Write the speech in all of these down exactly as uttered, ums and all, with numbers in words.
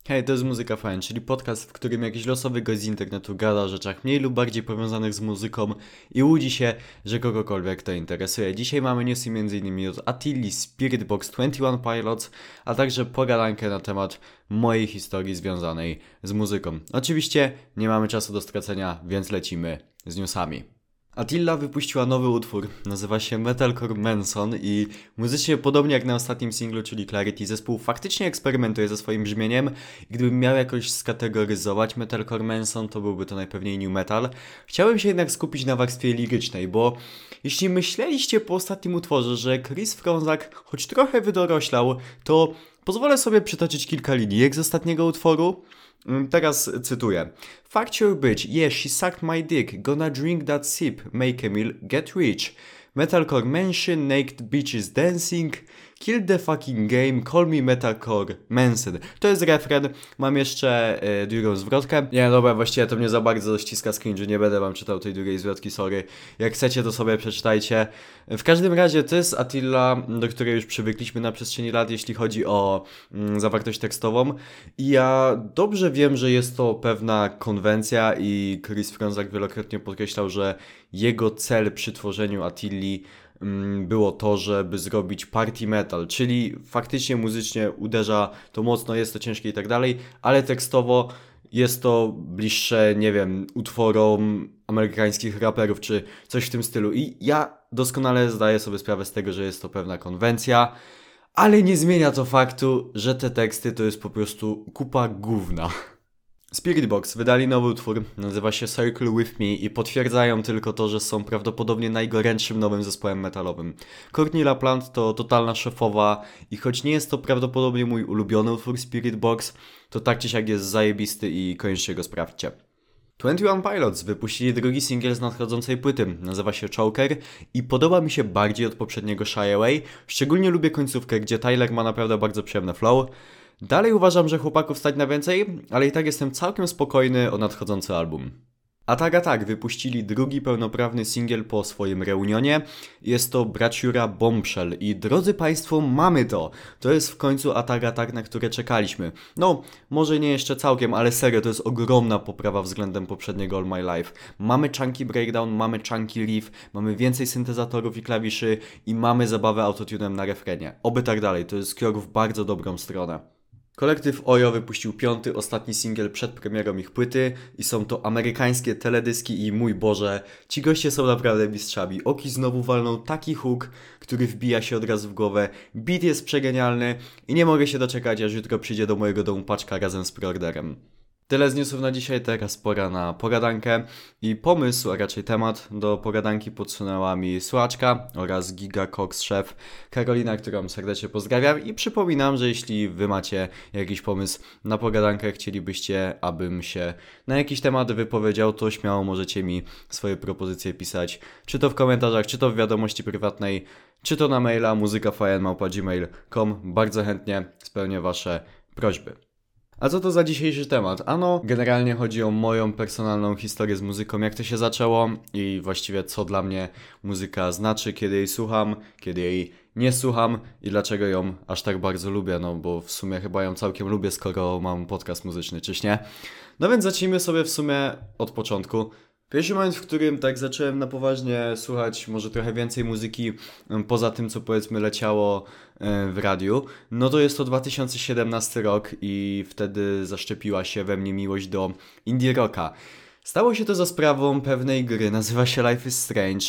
Hej, to jest Muzyka Fajna, czyli podcast, w którym jakiś losowy gość z internetu gada o rzeczach mniej lub bardziej powiązanych z muzyką i łudzi się, że kogokolwiek to interesuje. Dzisiaj mamy newsy m.in. od Atilli, Spiritbox, dwadzieścia jeden Pilots, a także pogadankę na temat mojej historii związanej z muzyką. Oczywiście nie mamy czasu do stracenia, więc lecimy z newsami. Attila wypuściła nowy utwór, nazywa się Metalcore Manson i muzycznie podobnie jak na ostatnim singlu, czyli Clarity, zespół faktycznie eksperymentuje ze swoim brzmieniem i gdybym miał jakoś skategoryzować Metalcore Manson, to byłby to najpewniej new metal. Chciałem się jednak skupić na warstwie lirycznej, bo jeśli myśleliście po ostatnim utworze, że Chris Frązak choć trochę wydoroślał, to pozwolę sobie przytoczyć kilka linijek z ostatniego utworu. Teraz cytuję. Fuck your bitch, yeah, she sucked my dick, gonna drink that sip, make a meal, get rich. Metalcore mansion, naked bitches dancing, kill the fucking game, call me Metalcore Manson. To jest refren, mam jeszcze e, drugą zwrotkę. Nie, dobra, właściwie to mnie za bardzo ściska z cringe'u, nie będę wam czytał tej drugiej zwrotki, sorry. Jak chcecie, to sobie przeczytajcie. W każdym razie to jest Attila, do której już przywykliśmy na przestrzeni lat, jeśli chodzi o mm, zawartość tekstową. I ja dobrze wiem, że jest to pewna konwencja i Chris Frązak wielokrotnie podkreślał, że jego cel przy tworzeniu Attilli było to, żeby zrobić party metal, czyli faktycznie muzycznie uderza to mocno, jest to ciężkie i tak dalej, ale tekstowo jest to bliższe, nie wiem, utworom amerykańskich raperów, czy coś w tym stylu. I ja doskonale zdaję sobie sprawę z tego, że jest to pewna konwencja, ale nie zmienia to faktu, że te teksty to jest po prostu kupa gówna. Spiritbox wydali nowy utwór, nazywa się Circle With Me i potwierdzają tylko to, że są prawdopodobnie najgorętszym nowym zespołem metalowym. Courtney LaPlante to totalna szefowa i choć nie jest to prawdopodobnie mój ulubiony utwór Spiritbox, to tak czy siak jest zajebisty i koniecznie go sprawdźcie. dwadzieścia jeden Pilots wypuścili drugi singiel z nadchodzącej płyty, nazywa się Choker i podoba mi się bardziej od poprzedniego Shy Away, szczególnie lubię końcówkę, gdzie Tyler ma naprawdę bardzo przyjemne flow. Dalej uważam, że chłopaków stać na więcej, ale i tak jestem całkiem spokojny o nadchodzący album. Atak Atak wypuścili drugi pełnoprawny singiel po swoim reunionie. Jest to braciura Bombshell i drodzy Państwo, mamy to! To jest w końcu Atak Atak, na które czekaliśmy. No, może nie jeszcze całkiem, ale serio, to jest ogromna poprawa względem poprzedniego All My Life. Mamy chunky breakdown, mamy chunky riff, mamy więcej syntezatorów i klawiszy i mamy zabawę autotunem na refrenie. Oby tak dalej, to jest krok w bardzo dobrą stronę. Kolektyw Ojo wypuścił piąty, ostatni singiel przed premierą ich płyty i są to amerykańskie teledyski i mój Boże, ci goście są naprawdę mistrzami. Oki znowu walną taki hook, który wbija się od razu w głowę, beat jest przegenialny i nie mogę się doczekać, aż jutro przyjdzie do mojego domu paczka razem z preorderem. Tyle z newsów na dzisiaj, teraz pora na pogadankę i pomysł, a raczej temat do pogadanki podsunęła mi słuchaczka oraz Giga Cox szef Karolina, którą serdecznie pozdrawiam i przypominam, że jeśli wy macie jakiś pomysł na pogadankę, chcielibyście, abym się na jakiś temat wypowiedział, to śmiało możecie mi swoje propozycje pisać, czy to w komentarzach, czy to w wiadomości prywatnej, czy to na maila muzyka małpa gmail kropka com. Bardzo chętnie spełnię wasze prośby. A co to za dzisiejszy temat? Ano, generalnie chodzi o moją personalną historię z muzyką, jak to się zaczęło i właściwie co dla mnie muzyka znaczy, kiedy jej słucham, kiedy jej nie słucham i dlaczego ją aż tak bardzo lubię, no bo w sumie chyba ją całkiem lubię, skoro mam podcast muzyczny, czyż nie? No więc zacznijmy sobie w sumie od początku. Pierwszy moment, w którym tak zacząłem na poważnie słuchać może trochę więcej muzyki poza tym, co powiedzmy leciało w radiu, no to jest to dwa tysiące siedemnasty rok i wtedy zaszczepiła się we mnie miłość do indie rocka. Stało się to za sprawą pewnej gry, nazywa się Life is Strange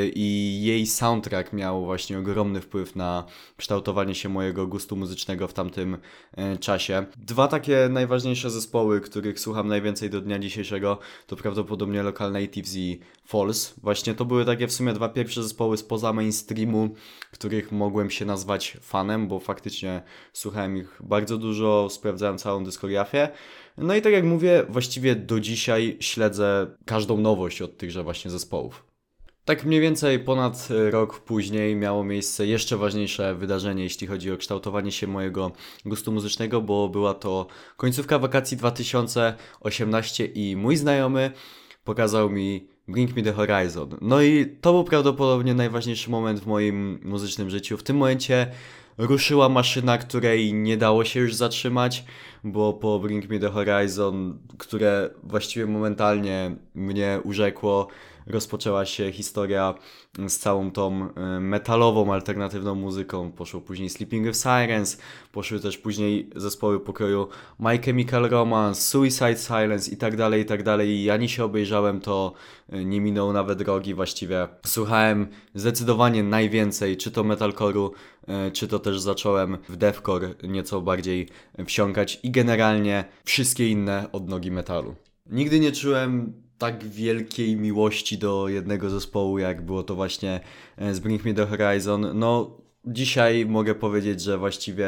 i jej soundtrack miał właśnie ogromny wpływ na kształtowanie się mojego gustu muzycznego w tamtym czasie. Dwa takie najważniejsze zespoły, których słucham najwięcej do dnia dzisiejszego, to prawdopodobnie Local Natives i Falls. Właśnie to były takie w sumie dwa pierwsze zespoły spoza mainstreamu, których mogłem się nazwać fanem, bo faktycznie słuchałem ich bardzo dużo, sprawdzałem całą dyskografię. No i tak jak mówię, właściwie do dzisiaj śledzę każdą nowość od tychże właśnie zespołów. Tak mniej więcej ponad rok później miało miejsce jeszcze ważniejsze wydarzenie, jeśli chodzi o kształtowanie się mojego gustu muzycznego, bo była to końcówka wakacji dwa tysiące osiemnastego i mój znajomy pokazał mi Bring Me The Horizon. No i to był prawdopodobnie najważniejszy moment w moim muzycznym życiu. W tym momencie ruszyła maszyna, której nie dało się już zatrzymać, bo po Bring Me The Horizon, które właściwie momentalnie mnie urzekło, rozpoczęła się historia z całą tą y, metalową, alternatywną muzyką. Poszło później Sleeping with Sirens, poszły też później zespoły pokroju My Chemical Romance, Suicide Silence i tak dalej, i tak dalej. I ani się obejrzałem, to y, nie minął nawet drogi właściwie. Słuchałem zdecydowanie najwięcej, czy to metalcore'u, y, czy to też zacząłem w deathcore nieco bardziej wsiąkać i generalnie wszystkie inne odnogi metalu. Nigdy nie czułem tak wielkiej miłości do jednego zespołu, jak było to właśnie z Bring Me The Horizon. No, dzisiaj mogę powiedzieć, że właściwie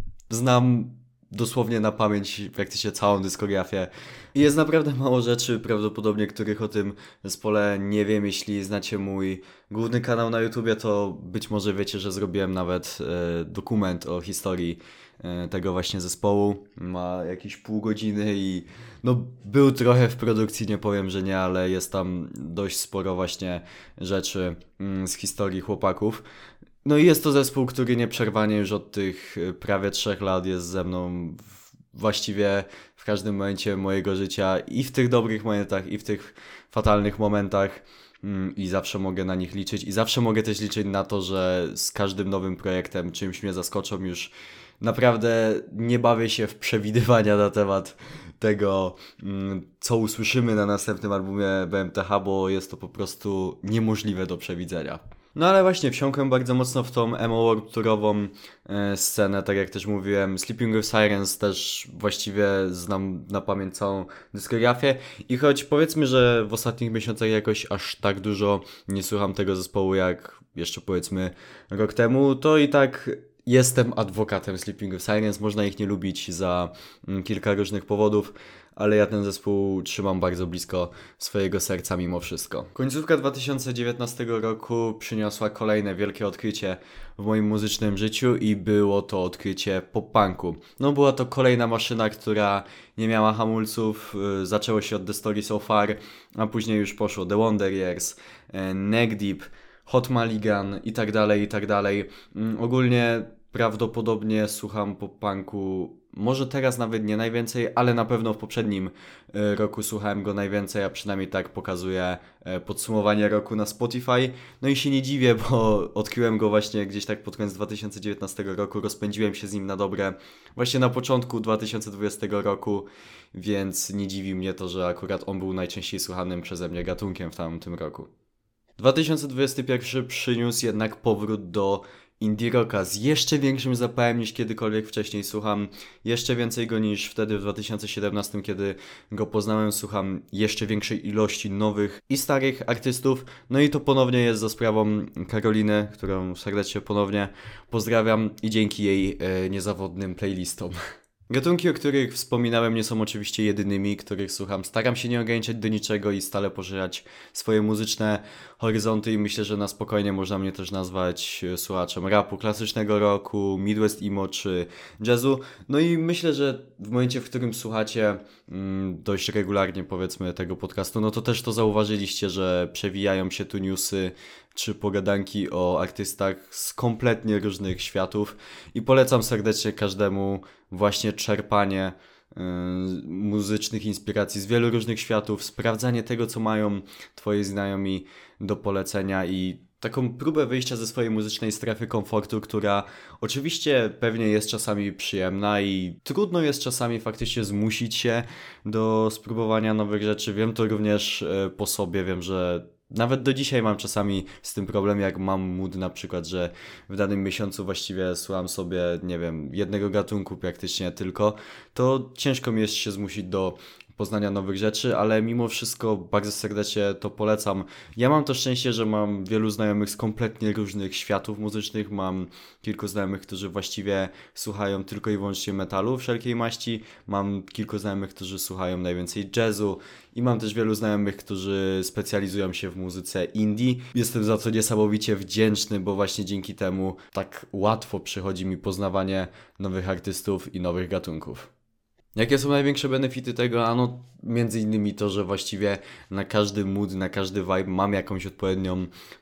znam dosłownie na pamięć praktycznie całą dyskografię. I jest naprawdę mało rzeczy, prawdopodobnie których o tym zespole nie wiem. Jeśli znacie mój główny kanał na YouTubie, to być może wiecie, że zrobiłem nawet e, dokument o historii e, tego właśnie zespołu. Ma jakieś pół godziny i no był trochę w produkcji, nie powiem, że nie, ale jest tam dość sporo właśnie rzeczy mm, z historii chłopaków. No i jest to zespół, który nieprzerwanie już od tych y, prawie trzech lat jest ze mną w, właściwie w każdym momencie mojego życia i w tych dobrych momentach, i w tych fatalnych momentach mm, i zawsze mogę na nich liczyć i zawsze mogę też liczyć na to, że z każdym nowym projektem czymś mnie zaskoczą. Już naprawdę nie bawię się w przewidywania na temat tego, mm, co usłyszymy na następnym albumie B M T H, bo jest to po prostu niemożliwe do przewidzenia. No ale właśnie wsiąkłem bardzo mocno w tą emo world-tourową e, scenę, tak jak też mówiłem. Sleeping with Sirens też właściwie znam na pamięć całą dyskografię i choć powiedzmy, że w ostatnich miesiącach jakoś aż tak dużo nie słucham tego zespołu jak jeszcze powiedzmy rok temu, to i tak jestem adwokatem Sleeping with Sirens. Można ich nie lubić za mm, kilka różnych powodów, ale ja ten zespół trzymam bardzo blisko swojego serca mimo wszystko. Końcówka dwa tysiące dziewiętnastego roku przyniosła kolejne wielkie odkrycie w moim muzycznym życiu i było to odkrycie pop-punku. No była to kolejna maszyna, która nie miała hamulców, yy, zaczęło się od The Story So Far, a później już poszło The Wonder Years, yy, Neck Deep, Hot Maligan i tak dalej, i tak dalej. Yy, ogólnie prawdopodobnie słucham pop-punku, może teraz nawet nie najwięcej, ale na pewno w poprzednim y, roku słuchałem go najwięcej, a przynajmniej tak pokazuje y, podsumowanie roku na Spotify. No i się nie dziwię, bo odkryłem go właśnie gdzieś tak pod koniec dwa tysiące dziewiętnastego roku, rozpędziłem się z nim na dobre właśnie na początku dwa tysiące dwudziestego roku, więc nie dziwi mnie to, że akurat on był najczęściej słuchanym przeze mnie gatunkiem w tamtym roku. dwa tysiące dwudziesty pierwszy przyniósł jednak powrót do indie rocka z jeszcze większym zapałem niż kiedykolwiek wcześniej. Słucham jeszcze więcej go niż wtedy w dwa tysiące siedemnastym, kiedy go poznałem. Słucham jeszcze większej ilości nowych i starych artystów. No i to ponownie jest za sprawą Karoliny, którą serdecznie ponownie pozdrawiam i dzięki jej e, niezawodnym playlistom. Gatunki, o których wspominałem, nie są oczywiście jedynymi, których słucham. Staram się nie ograniczać do niczego i stale poszerzać swoje muzyczne horyzonty i myślę, że na spokojnie można mnie też nazwać słuchaczem rapu, klasycznego rocku, Midwest emo czy jazzu. No i myślę, że w momencie, w którym słuchacie mm, dość regularnie powiedzmy tego podcastu, no to też to zauważyliście, że przewijają się tu newsy czy pogadanki o artystach z kompletnie różnych światów i polecam serdecznie każdemu właśnie czerpanie y, muzycznych inspiracji z wielu różnych światów, sprawdzanie tego, co mają twoi znajomi do polecenia i taką próbę wyjścia ze swojej muzycznej strefy komfortu, która oczywiście pewnie jest czasami przyjemna i trudno jest czasami faktycznie zmusić się do spróbowania nowych rzeczy. Wiem to również y, po sobie, wiem, że nawet do dzisiaj mam czasami z tym problem, jak mam mood na przykład, że w danym miesiącu właściwie słucham sobie, nie wiem, jednego gatunku praktycznie tylko, to ciężko mi jest się zmusić do poznania nowych rzeczy, ale mimo wszystko bardzo serdecznie to polecam. Ja mam to szczęście, że mam wielu znajomych z kompletnie różnych światów muzycznych, mam kilku znajomych, którzy właściwie słuchają tylko i wyłącznie metalu wszelkiej maści, mam kilku znajomych, którzy słuchają najwięcej jazzu i mam też wielu znajomych, którzy specjalizują się w muzyce indie. Jestem za to niesamowicie wdzięczny, bo właśnie dzięki temu tak łatwo przychodzi mi poznawanie nowych artystów i nowych gatunków. Jakie są największe benefity tego? Ano między innymi to, że właściwie na każdy mood, na każdy vibe mam jakąś odpowiednią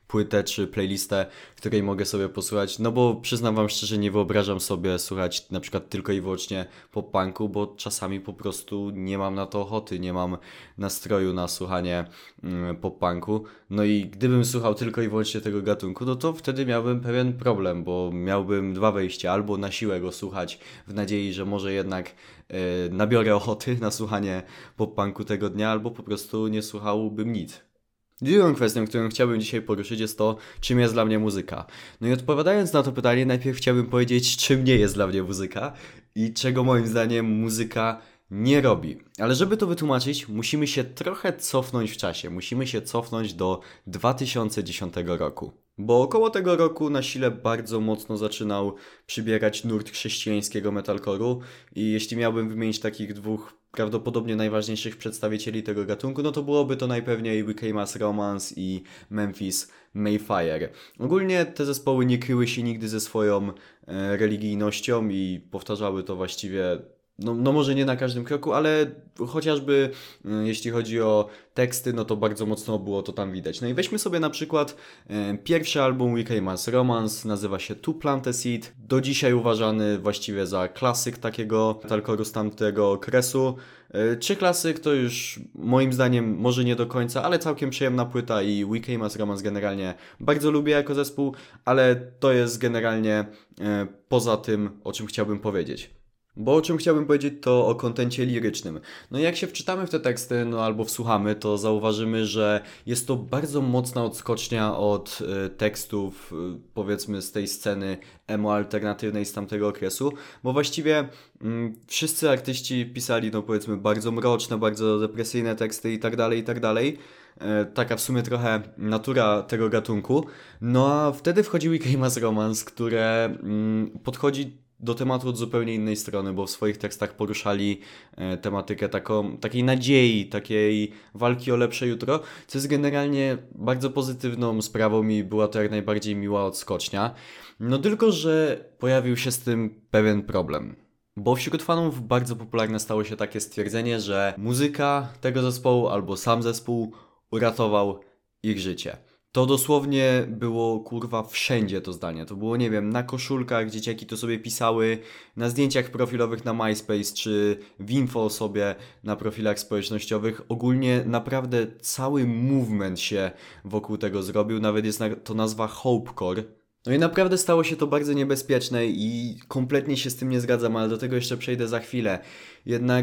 płytę czy playlistę, której mogę sobie posłuchać, no bo przyznam wam szczerze, nie wyobrażam sobie słuchać na przykład tylko i wyłącznie pop-punku, bo czasami po prostu nie mam na to ochoty, nie mam nastroju na słuchanie mm, pop-punku, no i gdybym słuchał tylko i wyłącznie tego gatunku, no to wtedy miałbym pewien problem, bo miałbym dwa wejścia, albo na siłę go słuchać w nadziei, że może jednak yy, nabiorę ochoty na słuchanie pop-punku tego dnia, albo po prostu nie słuchałbym nic. Drugą kwestią, którą chciałbym dzisiaj poruszyć, jest to, czym jest dla mnie muzyka. No i odpowiadając na to pytanie, najpierw chciałbym powiedzieć, czym nie jest dla mnie muzyka i czego moim zdaniem muzyka nie robi. Ale żeby to wytłumaczyć, musimy się trochę cofnąć w czasie. Musimy się cofnąć do dwa tysiące dziesiątego roku. Bo około tego roku na sile bardzo mocno zaczynał przybierać nurt chrześcijańskiego metalcore'u i jeśli miałbym wymienić takich dwóch prawdopodobnie najważniejszych przedstawicieli tego gatunku, no to byłoby to najpewniej We Came As Romance i Memphis Mayfire. Ogólnie te zespoły nie kryły się nigdy ze swoją e, religijnością i powtarzały to właściwie, no, no może nie na każdym kroku, ale chociażby e, jeśli chodzi o teksty, no to bardzo mocno było to tam widać. No i weźmy sobie na przykład e, pierwszy album We Came As Romance, nazywa się To Plant a Seed, do dzisiaj uważany właściwie za klasyk takiego metalcore'u z tamtego okresu. E, czy klasyk to już moim zdaniem może nie do końca, ale całkiem przyjemna płyta i We Came As Romance generalnie bardzo lubię jako zespół, ale to jest generalnie e, poza tym, o czym chciałbym powiedzieć. Bo o czym chciałbym powiedzieć, to o kontencie lirycznym. No i jak się wczytamy w te teksty, no albo wsłuchamy, to zauważymy, że jest to bardzo mocna odskocznia od y, tekstów, y, powiedzmy z tej sceny emo alternatywnej z tamtego okresu, bo właściwie y, wszyscy artyści pisali, no powiedzmy, bardzo mroczne, bardzo depresyjne teksty i tak dalej, i tak dalej. Taka w sumie trochę natura tego gatunku. No a wtedy wchodzi We Came As Romance, które mm, podchodzi do tematu od zupełnie innej strony, bo w swoich tekstach poruszali e, tematykę taką, takiej nadziei, takiej walki o lepsze jutro, co jest generalnie bardzo pozytywną sprawą i była to jak najbardziej miła odskocznia. No tylko, że pojawił się z tym pewien problem. Bo wśród fanów bardzo popularne stało się takie stwierdzenie, że muzyka tego zespołu albo sam zespół uratował ich życie. To dosłownie było, kurwa, wszędzie to zdanie. To było, nie wiem, na koszulkach, dzieciaki to sobie pisały, na zdjęciach profilowych na MySpace, czy w info sobie na profilach społecznościowych. Ogólnie naprawdę cały movement się wokół tego zrobił, nawet jest to nazwa Hopecore. No i naprawdę stało się to bardzo niebezpieczne i kompletnie się z tym nie zgadzam, ale do tego jeszcze przejdę za chwilę. Jednak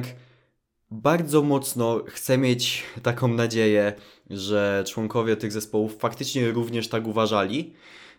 bardzo mocno chcę mieć taką nadzieję, że członkowie tych zespołów faktycznie również tak uważali,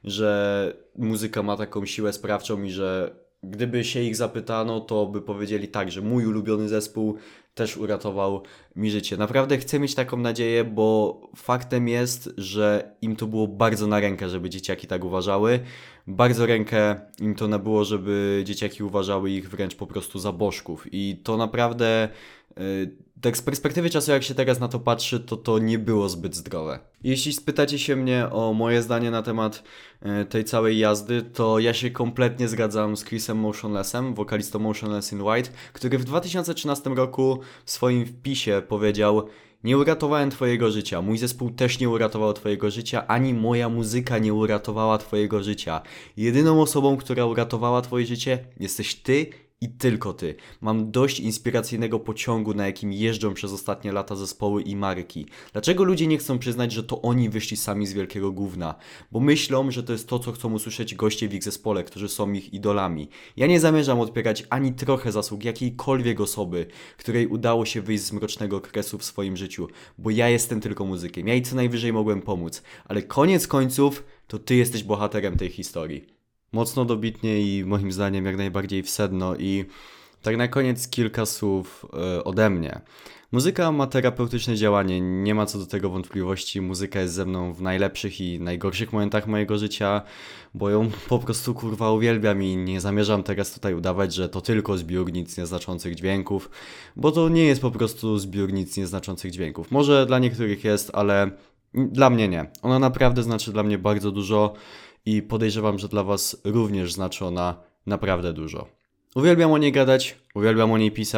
że muzyka ma taką siłę sprawczą i że gdyby się ich zapytano, to by powiedzieli tak, że mój ulubiony zespół też uratował mi życie. Naprawdę chcę mieć taką nadzieję, bo faktem jest, że im to było bardzo na rękę, żeby dzieciaki tak uważały. Bardzo rękę im to nabyło, żeby dzieciaki uważały ich wręcz po prostu za bożków. I to naprawdę, yy, tak z perspektywy czasu, jak się teraz na to patrzy, to to nie było zbyt zdrowe. Jeśli spytacie się mnie o moje zdanie na temat yy, tej całej jazdy, to ja się kompletnie zgadzam z Chrisem Motionlessem, wokalistą Motionless in White, który w dwa tysiące trzynastym roku w swoim wpisie powiedział: nie uratowałem twojego życia, mój zespół też nie uratował twojego życia, ani moja muzyka nie uratowała twojego życia. Jedyną osobą, która uratowała twoje życie, jesteś ty i tylko ty. Mam dość inspiracyjnego pociągu, na jakim jeżdżą przez ostatnie lata zespoły i marki. Dlaczego ludzie nie chcą przyznać, że to oni wyszli sami z wielkiego gówna? Bo myślą, że to jest to, co chcą usłyszeć goście w ich zespole, którzy są ich idolami. Ja nie zamierzam odpierać ani trochę zasług jakiejkolwiek osoby, której udało się wyjść z mrocznego okresu w swoim życiu, bo ja jestem tylko muzykiem. Ja jej co najwyżej mogłem pomóc. Ale koniec końców, to ty jesteś bohaterem tej historii. Mocno dobitnie i moim zdaniem jak najbardziej w sedno. I tak na koniec kilka słów yy, ode mnie. Muzyka ma terapeutyczne działanie, nie ma co do tego wątpliwości. Muzyka jest ze mną w najlepszych i najgorszych momentach mojego życia, bo ją po prostu kurwa uwielbiam i nie zamierzam teraz tutaj udawać, że to tylko zbiór nic nieznaczących dźwięków, bo to nie jest po prostu zbiór nic nieznaczących dźwięków. Może dla niektórych jest, ale dla mnie nie. Ona naprawdę znaczy dla mnie bardzo dużo i podejrzewam, że dla was również znaczy ona naprawdę dużo. Uwielbiam o niej gadać, uwielbiam o niej pisać,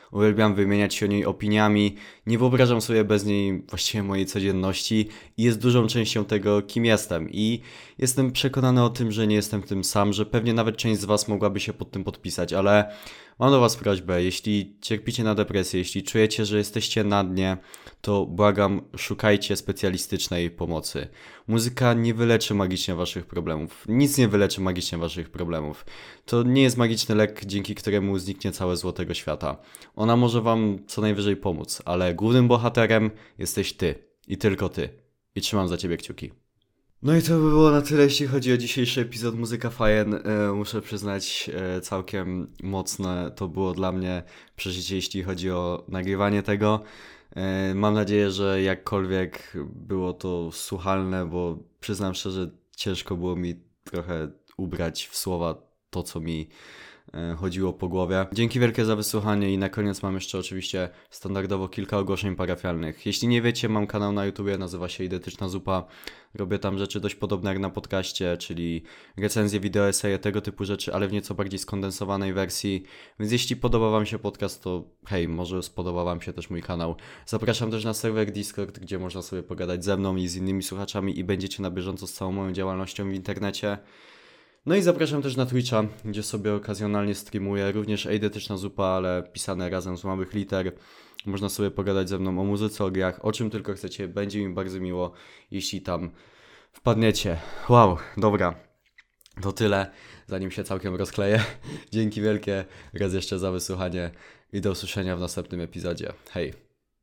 Uwielbiam wymieniać się o niej opiniami, nie wyobrażam sobie bez niej właściwie mojej codzienności i jest dużą częścią tego, kim jestem. I jestem przekonany o tym, że nie jestem w tym sam, że pewnie nawet część z was mogłaby się pod tym podpisać, ale mam do was prośbę, jeśli cierpicie na depresję, jeśli czujecie, że jesteście na dnie, to błagam, szukajcie specjalistycznej pomocy. Muzyka nie wyleczy magicznie waszych problemów. Nic nie wyleczy magicznie waszych problemów. To nie jest magiczny lek, dzięki któremu zniknie całe zło tego świata. Ona może wam co najwyżej pomóc, ale głównym bohaterem jesteś ty. I tylko ty. I trzymam za ciebie kciuki. No i to by było na tyle, jeśli chodzi o dzisiejszy epizod Muzyka Fajen. E, muszę przyznać, e, całkiem mocne to było dla mnie przeżycie, jeśli chodzi o nagrywanie tego. E, mam nadzieję, że jakkolwiek było to słuchalne, bo przyznam szczerze, ciężko było mi trochę ubrać w słowa to, co mi e, chodziło po głowie. Dzięki wielkie za wysłuchanie i na koniec mam jeszcze oczywiście standardowo kilka ogłoszeń parafialnych. Jeśli nie wiecie, mam kanał na YouTubie, nazywa się Identyczna Zupa. Robię tam rzeczy dość podobne jak na podcaście, czyli recenzje, wideo, eseje, tego typu rzeczy, ale w nieco bardziej skondensowanej wersji. Więc jeśli podoba wam się podcast, to hej, może spodoba wam się też mój kanał. Zapraszam też na serwer Discord, gdzie można sobie pogadać ze mną i z innymi słuchaczami i będziecie na bieżąco z całą moją działalnością w internecie. No i zapraszam też na Twitcha, gdzie sobie okazjonalnie streamuję, również Eidetyczna Zupa, ale pisane razem z małych liter. Można sobie pogadać ze mną o muzyce, o grach, o czym tylko chcecie. Będzie mi bardzo miło, jeśli tam wpadniecie. Wow, dobra. To tyle, zanim się całkiem rozkleję. Dzięki wielkie raz jeszcze za wysłuchanie i do usłyszenia w następnym epizodzie. Hej!